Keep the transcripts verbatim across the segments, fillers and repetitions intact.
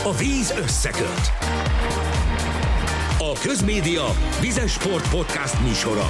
A víz összeköt. A Közmédia Vizes Sport Podcast műsora.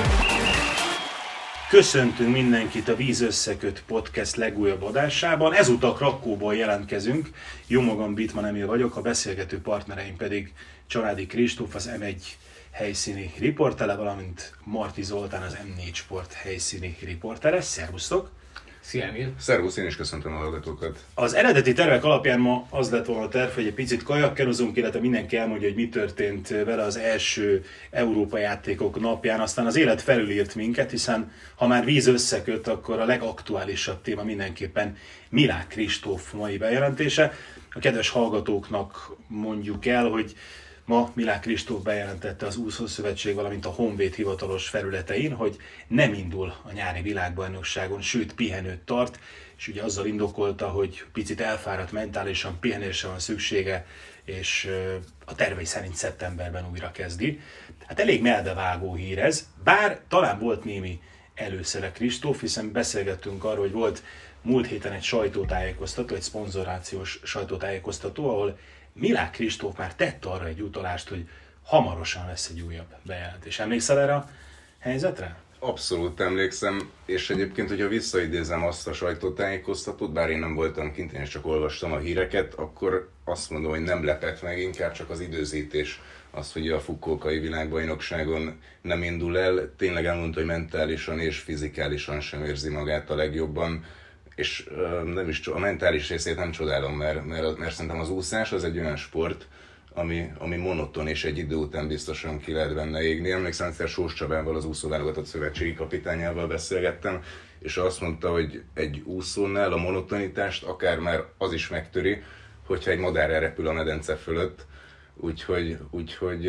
Köszöntünk mindenkit a Víz Összeköt Podcast legújabb adásában. Ezúttal Krakkóból jelentkezünk. Jó magam, Bitman Emil vagyok, a beszélgető partnereim pedig Családi Kristóf, az em egy helyszíni riportere, valamint Marti Zoltán, az em négy Sport helyszíni riportere. Szervusztok! Szia, Emil! Szervusz, én is köszöntöm a hallgatókat. Az eredeti tervek alapján ma az lett volna a terv, hogy egy picit kajakkerozunk, illetve mindenki elmondja, hogy mi történt vele az első Európa játékok napján, aztán az élet felülírt minket, hiszen ha már víz összeköt, akkor a legaktuálisabb téma mindenképpen Milák Kristóf mai bejelentése. A kedves hallgatóknak mondjuk el, hogy ma Milák Kristóf bejelentette az Úszószövetség, valamint a Honvéd hivatalos felületein, hogy nem indul a nyári világbajnokságon, sőt pihenőt tart, és ugye azzal indokolta, hogy picit elfáradt mentálisan, pihenésre van szüksége, és a tervei szerint szeptemberben újra kezdi. Hát elég melbevágó hír ez, bár talán volt némi előszere Kristóf, hiszen beszélgettünk arról, hogy volt múlt héten egy sajtótájékoztató, egy szponzorációs sajtótájékoztató, ahol Milák Kristóf már tett arra egy utalást, hogy hamarosan lesz egy újabb bejelentés. Emlékszel erre a helyzetre? Abszolút emlékszem, és egyébként, hogyha visszaidézem azt a sajtótájékoztatót, bár én nem voltam kint, én csak olvastam a híreket, akkor azt mondom, hogy nem lepett meg, inkább csak az időzítés, az, hogy a Fukuokai világbajnokságon nem indul el. Tényleg elmondta, hogy mentálisan és fizikálisan sem érzi magát a legjobban, és nem is, a mentális részét nem csodálom, mert, mert, mert szerintem az úszás az egy olyan sport, ami, ami monoton, és egy idő után biztosan ki lehet benne égni. Emlékszem, egyszer Sós Csabával, az úszóválogatott szövetségi kapitányával beszélgettem, és azt mondta, hogy egy úszónál a monotonitást akár már az is megtöri, hogyha egy madár elrepül a medence fölött, úgyhogy, úgyhogy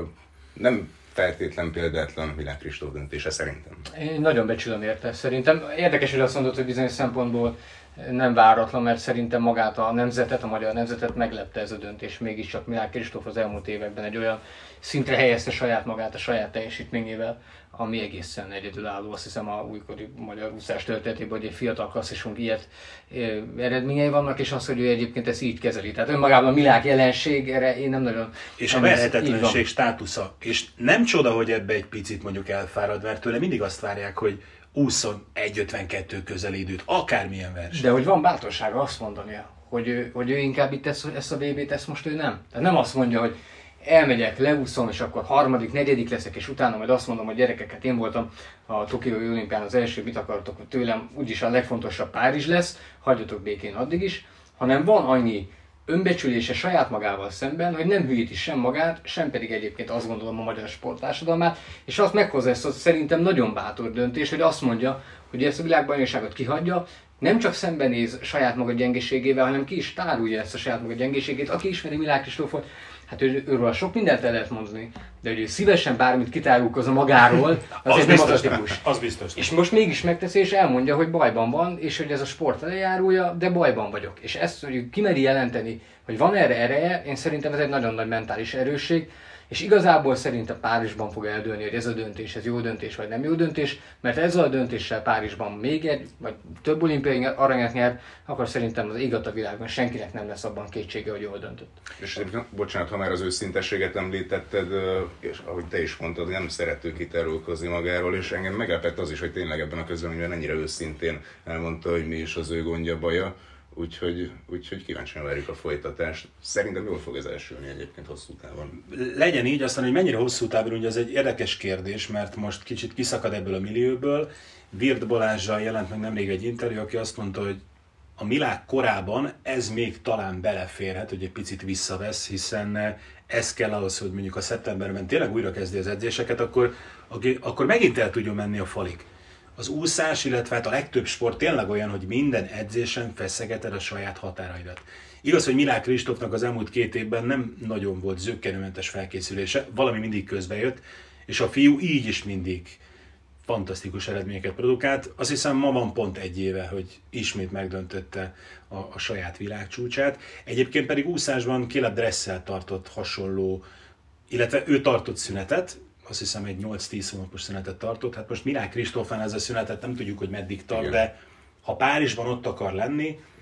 nem feltétlen példátlan Milák Kristóf döntése szerintem. Én nagyon becsülöm érte szerintem. Érdekes, hogy azt mondod, hogy bizonyos szempontból nem váratlan, mert szerintem magát a nemzetet, a magyar nemzetet meglepte ez a döntés. Mégiscsak Milák Kristóf az elmúlt években egy olyan szintre helyezte saját magát a saját teljesítményével, ami egészen egyedülálló. Azt hiszem a újkori magyar úszás történetében, hogy egy fiatal klasszisunk ilyet eredményei vannak, és az, hogy ő egyébként ezt így kezeli. Tehát önmagában a Milák jelenség, erre én nem nagyon... És a verhetetlenség státusza. És nem csoda, hogy ebbe egy picit mondjuk elfárad, mert tőle mindig azt várják, hogy ússzon egy ötvenkettő közeli időt, akármilyen verseny. De hogy van bátorsága azt mondania, hogy ő, hogy ő inkább itt ezt, ezt a vé bét, ezt most ő nem. Tehát nem azt mondja, hogy elmegyek, leúszom, és akkor harmadik, negyedik leszek, és utána majd azt mondom, hogy gyerekeket, én voltam a Tokiói olimpián az első, mit akartok, hogy tőlem úgyis a legfontosabb Párizs lesz, hagyjatok békén addig is, hanem van annyi önbecsülése saját magával szemben, hogy nem hülyíti sem magát, sem pedig egyébként azt gondolom a magyar sporttársadalmát, és azt meghozza ezt a szerintem nagyon bátor döntés, hogy azt mondja, hogy ezt a világbajnokságot kihagyja, nem csak szembenéz saját maga gyengeségével, hanem ki is tárulja ezt a saját maga gyengeségét. Aki ismeri Milák Kristófot, hát ő, őről sok mindent el lehet mondani, de hogy ő szívesen bármit kitárulkozza magáról, az, az egy biztos, matematikus. Az biztos. És most mégis megteszi, és elmondja, hogy bajban van, és hogy ez a sport elejárulja, de bajban vagyok. És ezt, hogy kimeri jelenteni, hogy van erre ereje, én szerintem ez egy nagyon nagy mentális erősség, és igazából szerintem Párizsban fog eldőlni, hogy ez a döntés, ez jó döntés vagy nem jó döntés, mert ezzel a döntéssel Párizsban még egy, vagy több olimpiai aranyat nyer, akkor szerintem az ég a világban senkinek nem lesz abban kétsége, hogy jól döntött. És bocsánat, ha már az őszintességet említetted, és ahogy te is mondtad, nem szerető kitárulkozni magáról, és engem meglepett az is, hogy tényleg ebben a közleményben ennyire őszintén elmondta, hogy mi is az ő gondja, baja. Úgyhogy, úgyhogy kíváncsian várjuk a folytatást. Szerintem jól fog ez elsülni egyébként hosszú távon. Legyen így, aztán, hogy mennyire hosszú távon, ugye ez egy érdekes kérdés, mert most kicsit kiszakad ebből a millióból. Vird Balázsral jelent meg nemrég egy interjú, aki azt mondta, hogy a Milák korában ez még talán beleférhet, hogy egy picit visszavesz, hiszen ez kell ahhoz, hogy mondjuk a szeptemberben tényleg újra kezdi az edzéseket, akkor, akkor megint el tudjon menni a falig. Az úszás, illetve hát a legtöbb sport tényleg olyan, hogy minden edzésen feszegeted a saját határaidat. Igaz, hogy Milák Kristófnak az elmúlt két évben nem nagyon volt zökkenőmentes felkészülése, valami mindig közbe jött, és a fiú így is mindig fantasztikus eredményeket produkált. Azt hiszem, ma van pont egy éve, hogy ismét megdöntötte a, a saját világcsúcsát. Egyébként pedig úszásban Caleb Dressel tartott hasonló, illetve ő tartott szünetet, azt hiszem egy nyolc-tíz hónapos szünetet tartott. Hát most Milák Kristófán ez a szünetet nem tudjuk, hogy meddig tart, igen. De ha Párizsban ott akar lenni,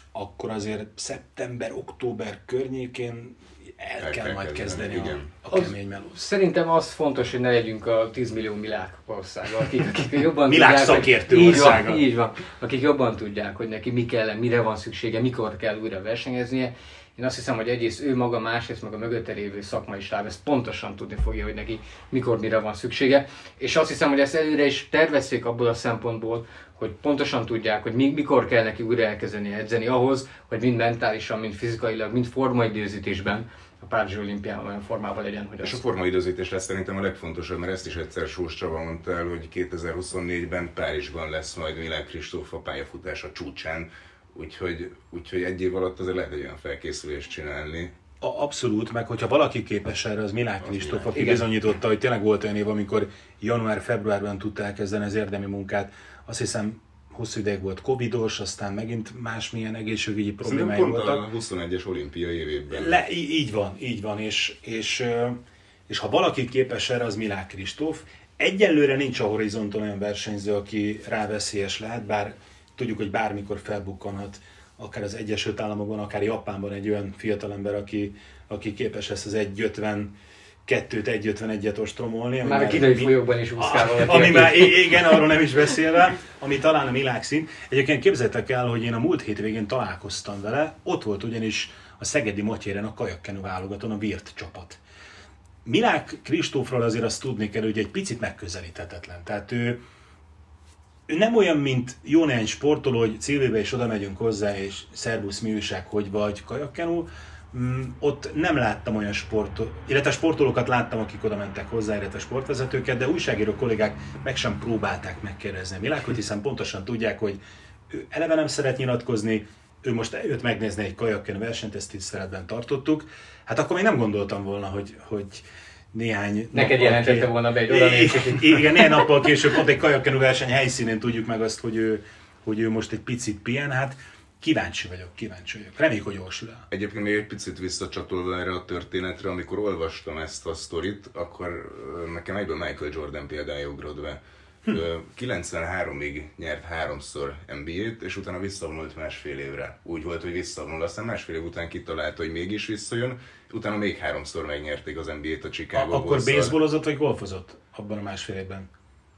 akkor azért szeptember-október környékén el, el kell, kell majd kezdeni, kezdeni a, a kemény melót. Szerintem az fontos, hogy ne legyünk a tíz millió milák országa, akik, akik jobban milák tudják, szakértő hogy, országa. Így van, így van, akik jobban tudják, hogy neki mi kell, mire van szüksége, mikor kell újra versenyeznie. Én azt hiszem, hogy egyrészt ő maga, másrészt meg a mögötte lévő szakmai stáb ezt pontosan tudni fogja, hogy neki mikor mire van szüksége. És azt hiszem, hogy ezt előre is tervezzék abból a szempontból, hogy pontosan tudják, hogy mikor kell neki újra elkezdeni edzeni ahhoz, hogy mind mentálisan, mind fizikailag, mind formaidőzítésben a Párizsi olimpián olyan formában legyen, hogy És az... a formaidőzítés lesz szerintem a legfontosabb, mert ezt is egyszer Sós Csaba mondta el, hogy kétezer-huszonnégyben Párizsban lesz majd Milák Kristóf a pályafutása csúcsán, úgyhogy, úgyhogy egy év alatt azért lehet egy olyan felkészülést csinálni. A, abszolút, meg hogyha valaki képes erre, az Milák Kristóf, aki Igen. bizonyította, hogy tényleg volt olyan év, amikor január-februárban tudta elkezdeni az érdemi munkát. Azt hiszem, hosszú ideig volt covidos, aztán megint másmilyen egészségügyi problémái pont voltak. a huszonegyes olimpia évében. Le, í- így van, így van, és, és, és ha valaki képes erre, az Milák Kristóf. Egyelőre nincs a horizonton olyan versenyző, aki rá veszélyes lehet, bár tudjuk, hogy bármikor felbukkanhat, akár az Egyesült Államokban, akár Japánban egy olyan fiatalember, aki, aki képes lesz az egy ötvenkettőt, egy ötvenegyet ostromolni. Már a kínai folyókban is úszkál valaki. Ami már, igen, arról nem is beszélve, ami talán a világszint. Egyébként képzeljétek el, hogy én a múlt hétvégén találkoztam vele, ott volt ugyanis a szegedi Motyéren a kajakkenu válogatón a Virt csapat. Milák Kristófról azért azt tudni kell, hogy egy picit megközelíthetetlen. Tehát ő, ő nem olyan, mint jó néhány sportoló, hogy célvébe is oda megyünk hozzá, és szervusz, mi újság, hogy vagy kajakkenu. Mm, ott nem láttam olyan sportolókat, illetve sportolókat láttam, akik oda mentek hozzá, illetve sportvezetőket, de újságíró kollégák meg sem próbálták megkérdezni a Milákot, hiszen pontosan tudják, hogy ő eleve nem szeret nyilatkozni, ő most eljött megnézni egy kajakkenu versenyt, ezt tiszteletben tartottuk. Hát akkor még nem gondoltam volna, hogy, hogy néhány Neked jelentette volna be egy oda igen, néhány nappal később ott egy kajakkenu verseny helyszínén tudjuk meg azt, hogy ő, hogy ő most egy picit pihen. Hát kíváncsi vagyok, kíváncsi vagyok. Reméljük, hogy jól sül el. Egyébként még egy picit visszacsatolva erre a történetre, amikor olvastam ezt a sztorit, akkor nekem egyből Michael Jordan példája ugrott be. Hm. kilencvenháromig nyert háromszor en bé á-t, és utána visszavonult másfél évre. Úgy volt, hogy visszavonul, aztán másfél év után kitalálta, hogy mégis visszajön, utána még háromszor megnyerték az en bé á-t a Chicago Akkor Bulls-szal. baseballozott vagy golfozott abban a másfél évben?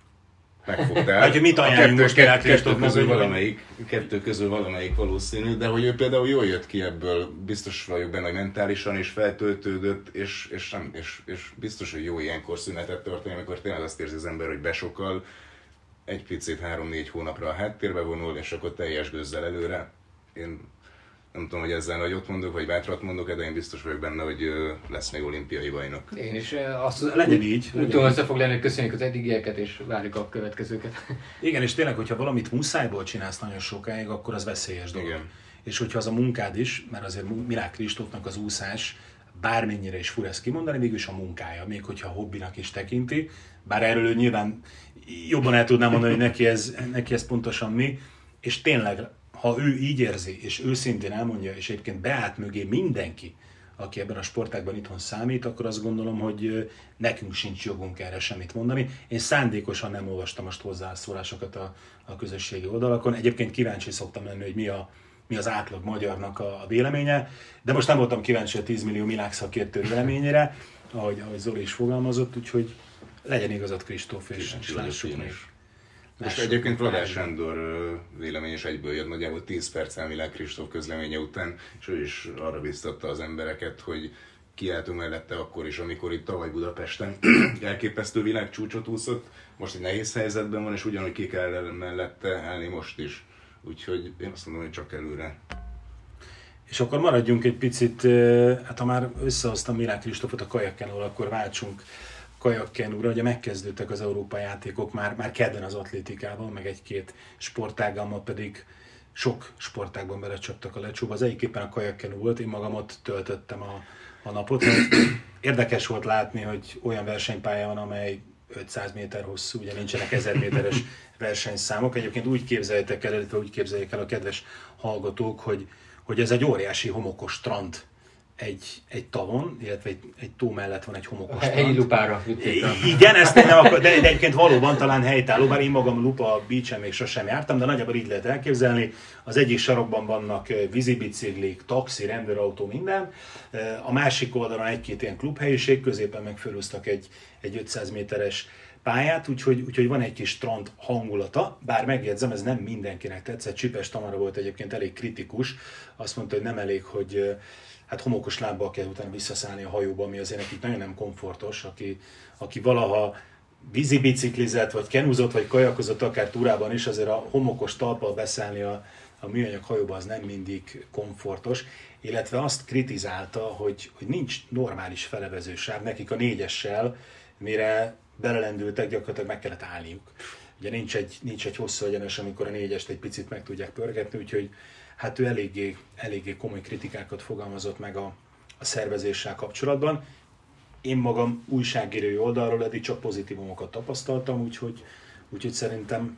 Megfogtál. Hát, hogy mit ajánljunk most Milák kettő, kettő, Kristófnak, közül hogy- valamelyik, kettő közül valamelyik valószínű, de hogy ő például jól jött ki ebből, biztos vagyok benne, hogy mentálisan is feltöltődött, és, és, nem, és, és biztos, hogy jó ilyenkor szünetet tartani, amikor tényleg azt érzi az ember, hogy besokal, egy picit három-négy hónapra a háttérbe vonul, és akkor teljes gőzzel előre. Én nem tudom, hogy ezzel nagyot mondok, vagy bátrat mondok, de én biztos vagyok benne, hogy ö, lesz még olimpiai bajnok. Én is eh, azt Legyen így, Úgy legyen tudom így. összefoglalni, hogy köszönjük az eddigieket, és várjuk a következőket. Igen, és tényleg, hogyha valamit muszájból csinálsz nagyon sokáig, akkor az veszélyes dolog. Igen. És hogyha az a munkád is, mert azért Milák Kristófnak az úszás, bármennyire is fura ezt kimondani, mégis a munkája, még hogyha hobbinak is tekinti, bár erről ő nyilván jobban el tudnám mondani, hogy neki ez, neki ez pontosan mi, és tényleg, ha ő így érzi, és őszintén elmondja, és egyébként beállt mögé mindenki, aki ebben a sportágban itthon számít, akkor azt gondolom, hogy nekünk sincs jogunk erre semmit mondani. Én szándékosan nem olvastam most hozzászólásokat a, a közösségi oldalakon. Egyébként kíváncsi szoktam lenni, hogy mi, a, mi az átlag magyarnak a, a véleménye, de most nem voltam kíváncsi a tíz millió Milák szakértő véleményére, ahogy, ahogy Zoli is fogalmazott, úgyhogy legyen igazad Kristóf, és, és Kíváncsi vagyok lássuk én még. is. És Lássuk egyébként Vladár Párizsban. Sándor ö, vélemény is egyből jött, nagyjából tíz perccel Milák Kristóf közleménye után, és ő is arra biztatta az embereket, hogy kiálltunk mellette akkor is, amikor itt tavaly Budapesten elképesztő világcsúcsot úszott, most egy nehéz helyzetben van, és ugyanúgy ki kell mellette állni most is. Úgyhogy én azt mondom, hogy csak előre. És akkor maradjunk egy picit, eh, hát ha már összehoztam Milák Kristófot a kajakkenúról, akkor váltsunk kajakkenúra. Ugye megkezdődtek az Európai játékok már, már kedden az atlétikával, meg egy-két sportággal, pedig sok sportágban belecsaptak a lecsóba. Az egyik éppen a kajakkenú volt, én magam ott töltöttem a, a napot. Érdekes volt látni, hogy olyan versenypálya van, amely ötszáz méter hosszú, ugye nincsenek ezer méteres versenyszámok. Egyébként úgy képzeljétek el, illetve úgy képzeljék el a kedves hallgatók, hogy, hogy ez egy óriási homokos strand egy, egy tavon, illetve egy, egy tó mellett van egy homokos strand. Helyi lupára vitték. Igen, ezt én nem akar, de egyébként valóban talán helytálló, bár én magam lupa beachen még sosem jártam, de nagyjából így lehet elképzelni. Az egyik sarokban vannak vízibiciklik, taxi, rendőrautó, minden. A másik oldalon egy-két ilyen klubhelyiség, középen meg fölhúztak egy, egy ötszáz méteres pályát, úgyhogy, úgyhogy van egy kis strand hangulata, bár megjegyzem, ez nem mindenkinek tetszett. Csipes Tamara volt egyébként elég kritikus, azt mondta, hogy nem elég, hogy hát homokos lábbal kell utána visszaszállni a hajóba, ami azért nekik nagyon nem komfortos, aki, aki valaha vízibiciklizett, vagy kenúzott, vagy kajakozott akár túrában is, azért a homokos talppal beszállni a, a műanyag hajóba az nem mindig komfortos, illetve azt kritizálta, hogy, hogy nincs normális felevezősáv nekik a négyessel, mire belelendültek, gyakorlatilag meg kellett állniuk. Ugye nincs egy, nincs egy hosszú egyenes, amikor a négyest egy picit meg tudják pörgetni, úgyhogy hát ő eléggé, eléggé komoly kritikákat fogalmazott meg a, a szervezéssel kapcsolatban. Én magam újságírói oldalról eddig csak pozitívumokat tapasztaltam, úgyhogy, úgyhogy szerintem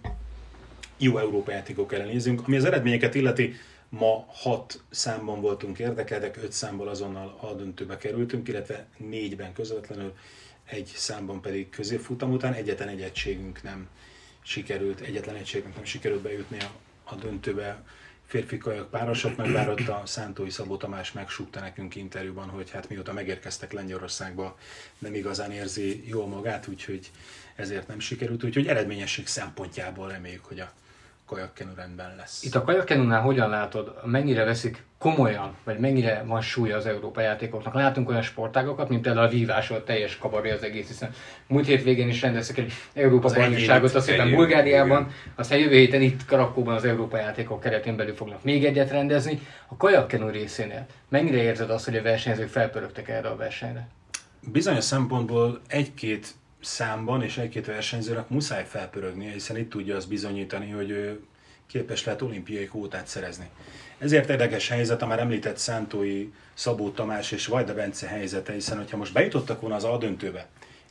jó Európai játékok ellen nézünk. Ami az eredményeket illeti, ma hat számban voltunk érdekeltek, öt számból azonnal a döntőbe kerültünk, illetve négyben közvetlenül, egy számban pedig középfutam után. Egyetlen egy egységünk nem sikerült, egyetlen egységünk nem sikerült bejutni a, a döntőbe férfi kajak párosoknak, bár ott a Szántói Szabó Tamás megsúgta nekünk interjúban, hogy hát mióta megérkeztek Lengyelországba, nem igazán érzi jól magát, úgyhogy ezért nem sikerült, úgyhogy eredményesség szempontjából reméljük, hogy a kajakkenu rendben lesz. Itt a kajakkenunál hogyan látod, mennyire veszik komolyan, vagy mennyire van súlya az Európai játékoknak? Látunk olyan sportágokat, mint például a vívás, ahol teljes kabaré az egész, hiszen múlt hétvégén is rendeztek egy Európa bajnokságot, azt hiszem Bulgáriában, aztán jövő héten itt Krakkóban az Európai játékok keretén belül fognak még egyet rendezni. A kajakkenu részénél mennyire érzed azt, hogy a versenyzők felpörögtek erre a versenyre? Bizonyos szempontból egy-két számban és egy-két versenyzőnek muszáj felpörögnie, hiszen itt tudja azt bizonyítani, hogy ő képes lehet olimpiai kvótát szerezni. Ezért érdekes helyzet a már említett Szántói Szabó Tamás és Vajda Bence helyzete, hiszen hogyha most bejutottak volna az A-döntőbe,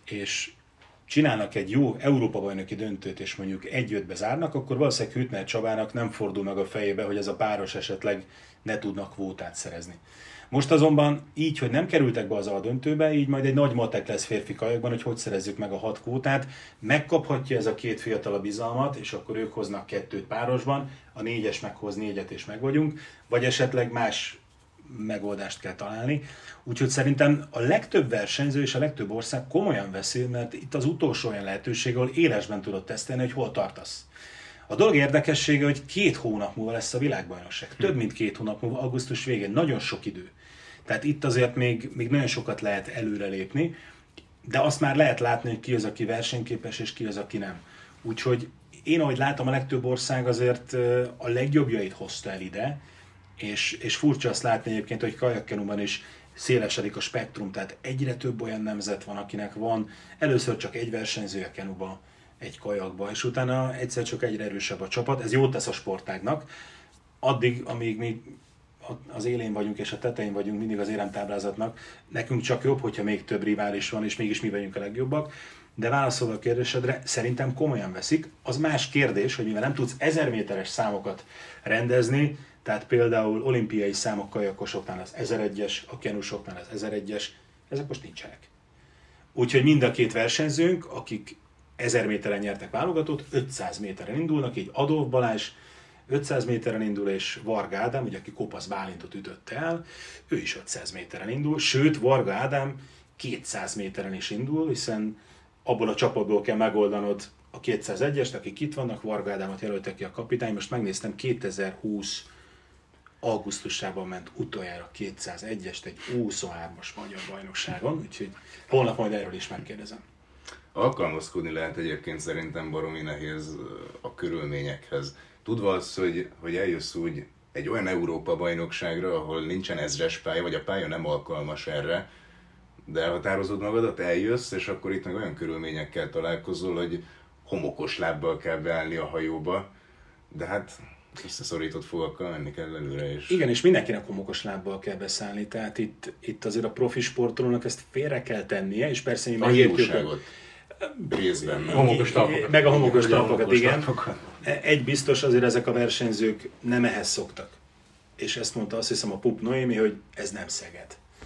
és csinálnak egy jó Európa-bajnoki döntőt, és mondjuk egy-ötbe zárnak, akkor valószínűleg Hüttner Csabának nem fordul meg a fejébe, hogy ez a páros esetleg ne tudnak kvótát szerezni. Most azonban így, hogy nem kerültek be az A-döntőbe, így majd egy nagy matek lesz férfi kajakban, hogy hogy szerezzük meg a hat kvótát. Megkaphatja ez a két fiatal a bizalmat, és akkor ők hoznak kettőt párosban, a négyes meghoz négyet és meg vagyunk, vagy esetleg más megoldást kell találni. Úgyhogy szerintem a legtöbb versenyző és a legtöbb ország komolyan veszi, mert itt az utolsó olyan lehetőség, ahol élesben tudod tesztelni, hogy hol tartasz. A dolog érdekessége, hogy két hónap múlva lesz a világbajnokság. Több mint két hónap múlva, augusztus végén. Nagyon sok idő. Tehát itt azért még, még nagyon sokat lehet előrelépni, de azt már lehet látni, hogy ki az, aki versenyképes, és ki az, aki nem. Úgyhogy én, ahogy látom, a legtöbb ország azért a legjobbjait hozta el ide, és, és furcsa azt látni egyébként, hogy kajakkenuban is szélesedik a spektrum, tehát egyre több olyan nemzet van, akinek van először csak egy versenyzője kenuba, egy kajakba, és utána egyszer csak egyre erősebb a csapat. Ez jót tesz a sportágnak. Addig, amíg mi az élén vagyunk és a tetején vagyunk mindig az éremtáblázatnak, nekünk csak jobb, hogyha még több rivális van, és mégis mi vagyunk a legjobbak. De válaszolva a kérdésedre, szerintem komolyan veszik. Az más kérdés, hogy mivel nem tudsz ezer méteres számokat rendezni, tehát például olimpiai számok kajakosoknál az ezeregyes, a kenusoknál az ezeregyes, ezek most nincsenek. Úgyhogy mind a két versenyzőnk, akik ezer méteren nyertek válogatót, ötszáz méteren indulnak, így Adolf Balázs ötszáz méteren indul, és Varga Ádám, ugye, aki Kopasz Bálintot ütötte el, ő is ötszáz méteren indul, sőt Varga Ádám kétszáz méteren is indul, hiszen abból a csapatból kell megoldanod a kétszázegyest, akik itt vannak, Varga Ádámot jelölte ki a kapitány, most megnéztem, kétezer-húsz augusztusában ment utoljára kétszázegyest egy huszonhármas magyar bajnokságon, úgyhogy holnap majd erről is megkérdezem. Alkalmazkodni lehet egyébként szerintem baromi nehéz a körülményekhez. Tudva az, hogy, hogy eljössz úgy egy olyan Európa-bajnokságra, ahol nincsen ezres pálya, vagy a pálya nem alkalmas erre, de elhatározod magadat, eljössz, és akkor itt meg olyan körülményekkel találkozol, hogy homokos lábbal kell beállni a hajóba, de hát összeszorított fogakkal menni kell előre is. Igen, és mindenkinek homokos lábbal kell beszállni, tehát itt, itt azért a profi sportolónak ezt félre kell tennie, és persze mi megértjük. Részben. A homokos talpokat. Meg a homokos talpokat, igen. Egy biztos, azért ezek a versenyzők nem ehhez szoktak. És ezt mondta, azt hiszem, a Pup Noémi, hogy ez nem Szeged.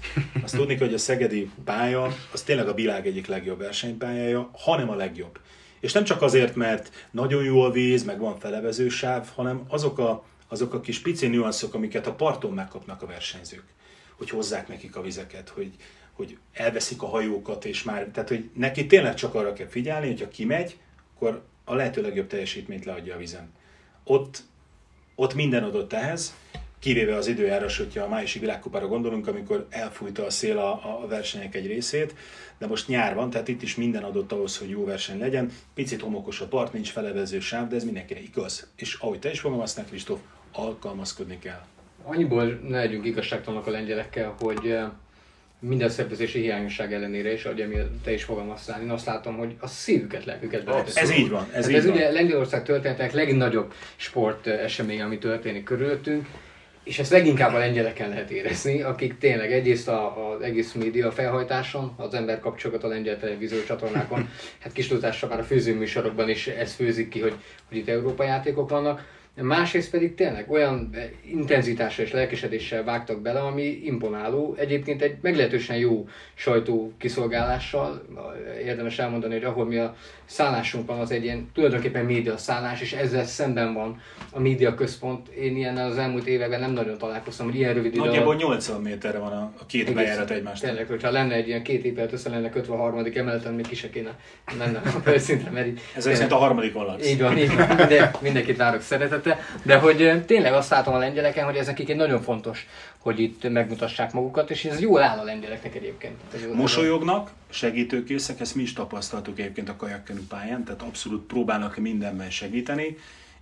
Azt tudni, hogy a szegedi pálya az tényleg a világ egyik legjobb versenypályája, hanem a legjobb. És nem csak azért, mert nagyon jó a víz, meg van felevezősáv, hanem azok a, azok a kis pici nüanszok, amiket a parton megkapnak a versenyzők. Hogy hozzák nekik a vizeket, hogy, hogy elveszik a hajókat, és már, tehát hogy neki tényleg csak arra kell figyelni, hogyha kimegy, akkor a lehető legjobb teljesítményt leadja a vizen. Ott, ott minden adott ehhez, kivéve az időjárás, hogyha a májusi világkupára gondolunk, amikor elfújta a szél a, a versenyek egy részét, de most nyár van, tehát itt is minden adott ahhoz, hogy jó verseny legyen. Picit homokos a part, nincs felevező sáv, de ez mindenkire igaz. És ahogy te is fogalmaztál, Kristóf, alkalmazkodni kell. Annyiból ne legyünk igazságtalanok a lengyelekkel, hogy minden szervezési hiányosság ellenére is, ahogy te is fogalmaztál, én azt látom, hogy a szívüket, lelküket beleteszik. Ez így van. Ez, hát így ez van. ugye Lengyelország történetek legnagyobb sport esemény, ami történik körülöttünk, és ezt leginkább a lengyeleken lehet érezni, akik tényleg egyrészt az egész média felhajtáson, az ember kapcsolgat a lengyel televízió csatornákon, hát kis tudásra már a főzőműsorokban is ez főzik ki, hogy, hogy itt Európa játékok vannak. Másrészt pedig tényleg olyan intenzitással és lelkesedéssel vágtak bele, ami imponáló. Egyébként egy meglehetősen jó sajtó kiszolgálással, érdemes elmondani, hogy ahol mi a szállásunk van, az egy ilyen tulajdonképpen média szállás, és ezzel szemben van a média központ. Én ilyennel az elmúlt években nem nagyon találkoztam, hogy ilyen rövid idő. Nagyjából nyolcvan méterre van a, a két bejárat egymástól. Tényleg, hogyha lenne egy ilyen két épület, össze lenne kötve a harmadik emeleten, még ki se kéne menne a földszintre, mert így... Ez szerint a harmadik vonalsz. Így van, így van. Minden, mindenkit várok szeretettel. De hogy tényleg azt látom a lengyeleken, hogy ez nekik egy nagyon fontos, hogy itt megmutassák magukat, és ez jól áll a lengyeleknek egyébként. Mosolyognak, segítőkészek, ezt mi is tapasztaltuk egyébként a kajakkenu pályán, tehát abszolút próbálnak mindenben segíteni,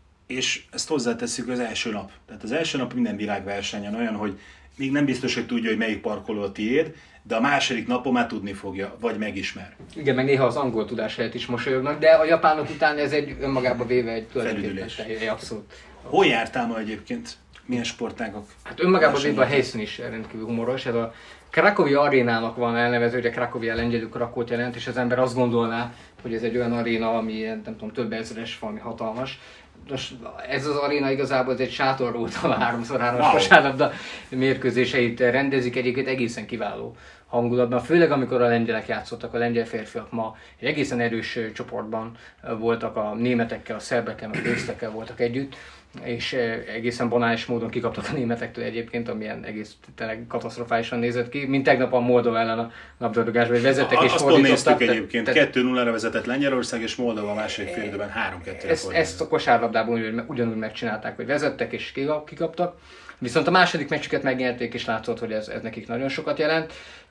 és ezt hozzátesszük az első nap. Tehát az első nap minden világversenyen olyan, hogy még nem biztos, hogy tudja, hogy melyik parkoló a tiéd, de a második napon már tudni fogja, vagy megismer. Igen, meg néha az angol tudás helyett is mosolyognak, de a japánok után ez egy önmagába véve egy tulajdonképpen egy abszolút. Hol jártál ma egyébként? Milyen sportágok? Hát önmagában véve a helyszín is rendkívül humoros. Ez a Cracovia arénának van elnevező, hogy a Cracovia lengyelül Krakót jelent, és az ember azt gondolná, hogy ez egy olyan aréna, ami nem tudom, több ezeres, valami hatalmas. Most ez az aréna igazából ez egy sátorról a háromszor hármas kosárlabda mérkőzéseit rendezik, egyébként egészen kiváló hangulatban, főleg amikor a lengyelek játszottak, a lengyel férfiak ma egy egészen erős csoportban voltak, a németekkel, a szerbekkel, a résztekkel voltak együtt, és egészen banális módon kikaptak a németektől egyébként, amilyen egész tényleg katasztrofálisan nézett ki, mint tegnap a Moldova ellen a labdarúgásban, hogy vezettek és azt fordítottak. Azt néztük egyébként, kettő nullára vezetett Lengyelország, és Moldova a második fél időben három kettőre ezt, ezt a kosárlabdában ugyanúgy megcsinálták, hogy vezettek és kikaptak. Viszont a második meccsüket megnyerték, és látszott, hogy ez, ez nekik nagyon sokat jelent.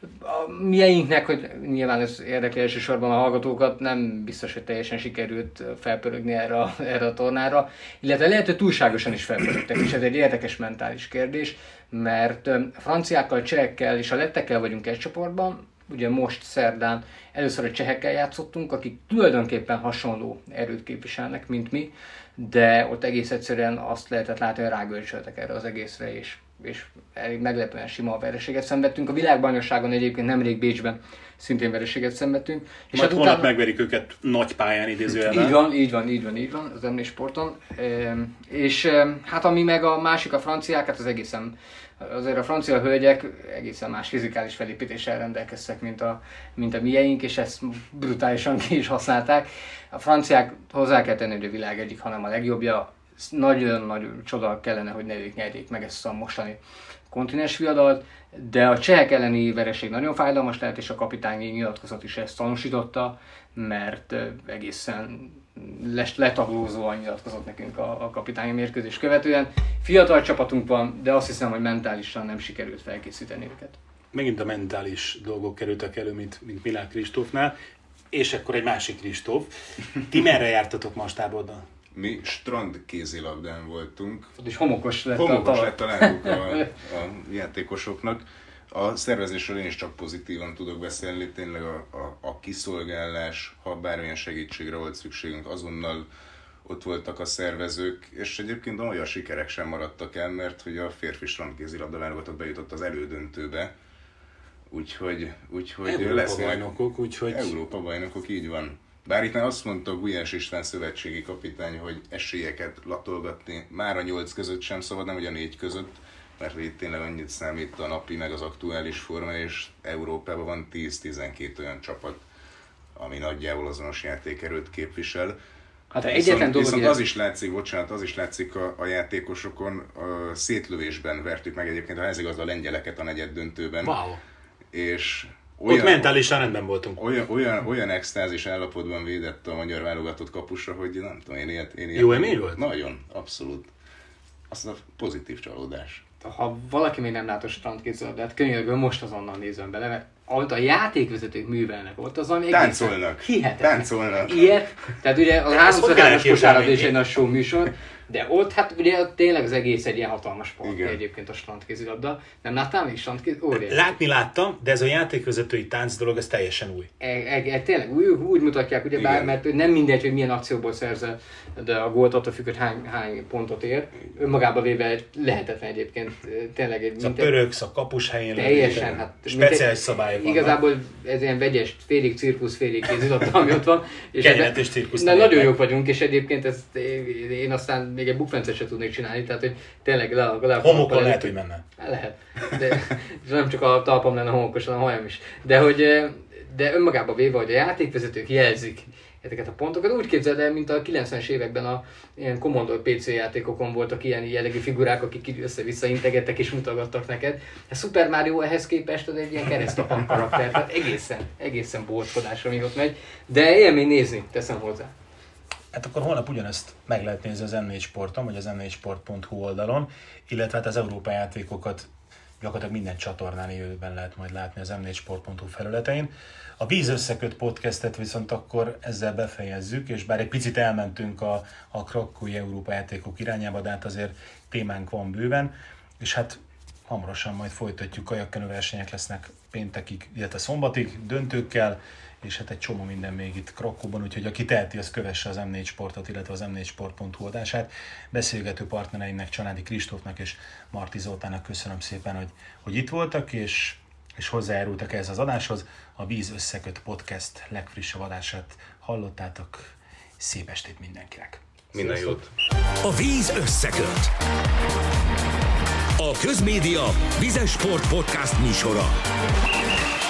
A mieinknek, hogy nyilván ez érdekli elsősorban a hallgatókat, nem biztos, hogy teljesen sikerült felpörögni erre a, erre a tornára, illetve lehet, hogy túlságosan is felpörögtek, és ez egy érdekes mentális kérdés, mert franciákkal, csehekkel és a lettekkel vagyunk egy csoportban, ugye most szerdán először a csehekkel játszottunk, akik tulajdonképpen hasonló erőt képviselnek, mint mi, de ott egész egyszerűen azt lehetett látni, hogy rágörcsöltek erre az egészre, és, és meglepően sima vereséget szenvedtünk. A világbajnokságon egyébként nemrég Bécsben szintén vereséget szenvedtünk. És majd hát holnap utána... megverik őket nagy pályán idézőjelben. Így van, így van, így van, így van, az em négy sporton. E, és hát ami meg a másik a franciák, hát az egészen, azért a francia hölgyek egészen más fizikális felépítéssel rendelkeztek, mint a, mint a mieink, és ezt brutálisan ki is használták. A franciák hozzá kell tenni, hogy a világ egyik, hanem a legjobbja. Nagyon nagy csoda kellene, hogy ne ők nyerjék meg ezt a mostani kontinens viadalt, de a csehek elleni vereség nagyon fájdalmas lehet, és a kapitányi nyilatkozat is ezt tanúsította, mert egészen letaglózóan nyilatkozott nekünk a, a kapitányi mérkőzés követően. Fiatal csapatunk van, de azt hiszem, hogy mentálisan nem sikerült felkészíteni őket. Megint a mentális dolgok kerültek elő, mint, mint Milák Kristófnál, és akkor egy másik Kristóf. Ti merre jártatok ma a stábodban? Mi strand kézilabdán voltunk. Ott is homokos lett homokos a lett a lábuk a, a játékosoknak. A szervezésről én is csak pozitívan tudok beszélni, tényleg a, a, a kiszolgálás, ha bármilyen segítségre volt szükségünk, azonnal ott voltak a szervezők, és egyébként olyan sikerek sem maradtak el, mert hogy a férfi strand kézilabda válogatott bejutott az elődöntőbe. Úgyhogy, úgyhogy Európa lesznek bajnokok, úgyhogy... Európa bajnokok, így van. Bár itt azt mondta Gulyás István szövetségi kapitány, hogy esélyeket latolgatni már a nyolc között sem szabad, nem hogy a négy között, mert itt tényleg annyit számít a napi meg az aktuális forma, és Európában van tíz-tizenkét olyan csapat, ami nagyjából azonos játékerőt képvisel. Hát viszont, egyetlen dolog, viszont ugye... az is látszik, bocsánat, az is látszik a, a játékosokon, a szétlövésben vertük meg egyébként, ha ez igaz, a lengyeleket a negyed döntőben. Wow. És olyan, ott mentálisan rendben voltunk. Olyan, olyan, olyan extázis állapotban védett a magyar válogatott kapusra, hogy nem tudom, én ilyet... Én ilyet Jó élmény volt? Nagyon, abszolút. Azt a pozitív csalódás. Ha valaki még nem lát a strandkézilabdát, könyörgöm, most azonnal nézem bele, mert ahogy a játékvezetők művelnek ott, az ami táncolnak. Hihetetlen. Táncolnak. Ilyet, tehát ugye a háromszor hármas kosárlabda is egy nagy show műsor, de ott hát ugye tényleg az egész egy ilyen hatalmas sport egyébként a strandkézilabda. Nem láttál még strandkézilabdát? Látni láttam, de ez a játékvezetői tánc dolog, ez teljesen új. E, e, e, tényleg úgy, úgy mutatják, ugye bár, mert nem mindegy, hogy milyen akcióból szerzel, de a gólt attól függ, hogy hány, hány pontot ér. Önmagában véve lehetetlen egyébként. Tényleg egy... A pöröksz a kapus helyén. Teljesen, hát... Speciális szabályok vannak. Igazából ez ilyen vegyes, félig cirkusz, félig kézilabda, ami ott van. Kenyelet és cirkusz. Na, nagyon jók vagyunk, és egyébként ezt én aztán még egy bukfencet sem tudnék csinálni, tehát hogy tényleg le, le homokon lehet, hogy menne. Lehet, de nem csak a talpam lenne homokos, hanem a hajam is. De hogy de önmagában véve, hogy a játékvezetők jelzik ezeket a pontokat, úgy képzeld el, mint a kilencvenes években a ilyen Commodore pé cé játékokon voltak ilyen jellegű figurák, akik össze-vissza integettek és mutogattak neked. A Super Mario ehhez képest az egy ilyen keresztapan karakter, tehát egészen, egészen bóckodásra még ott megy, de élmény nézni, teszem hozzá. Hát akkor holnap ugyanezt meg lehet nézni az em négy Sporton, vagy az em négy sport pont hu oldalon, illetve hát az Európai játékokat gyakorlatilag minden csatornán élőben lehet majd látni az em négy sport pont hu felületein. A Víz összeköt podcastet viszont akkor ezzel befejezzük, és bár egy picit elmentünk a, a krakói Európa játékok irányába, de hát azért témánk van bőven, és hát hamarosan majd folytatjuk, kajakkenő versenyek lesznek péntekig, illetve szombatig döntőkkel, és hát egy csomó minden még itt Krakóban, úgyhogy aki teheti, az kövesse az em négy Sportot, illetve az em négy sport pont hu adását. Beszélgető partnereimnek, Csanádi Kristófnak és Marti Zoltánnak köszönöm szépen, hogy, hogy itt voltak, és, és hozzájárultak ehhez az adáshoz. A Víz összeköt podcast legfrissebb adását hallottátok. Szép estét mindenkinek! Minden jót! A Víz összeköt. A Közmédia Vizes Sport Podcast műsora.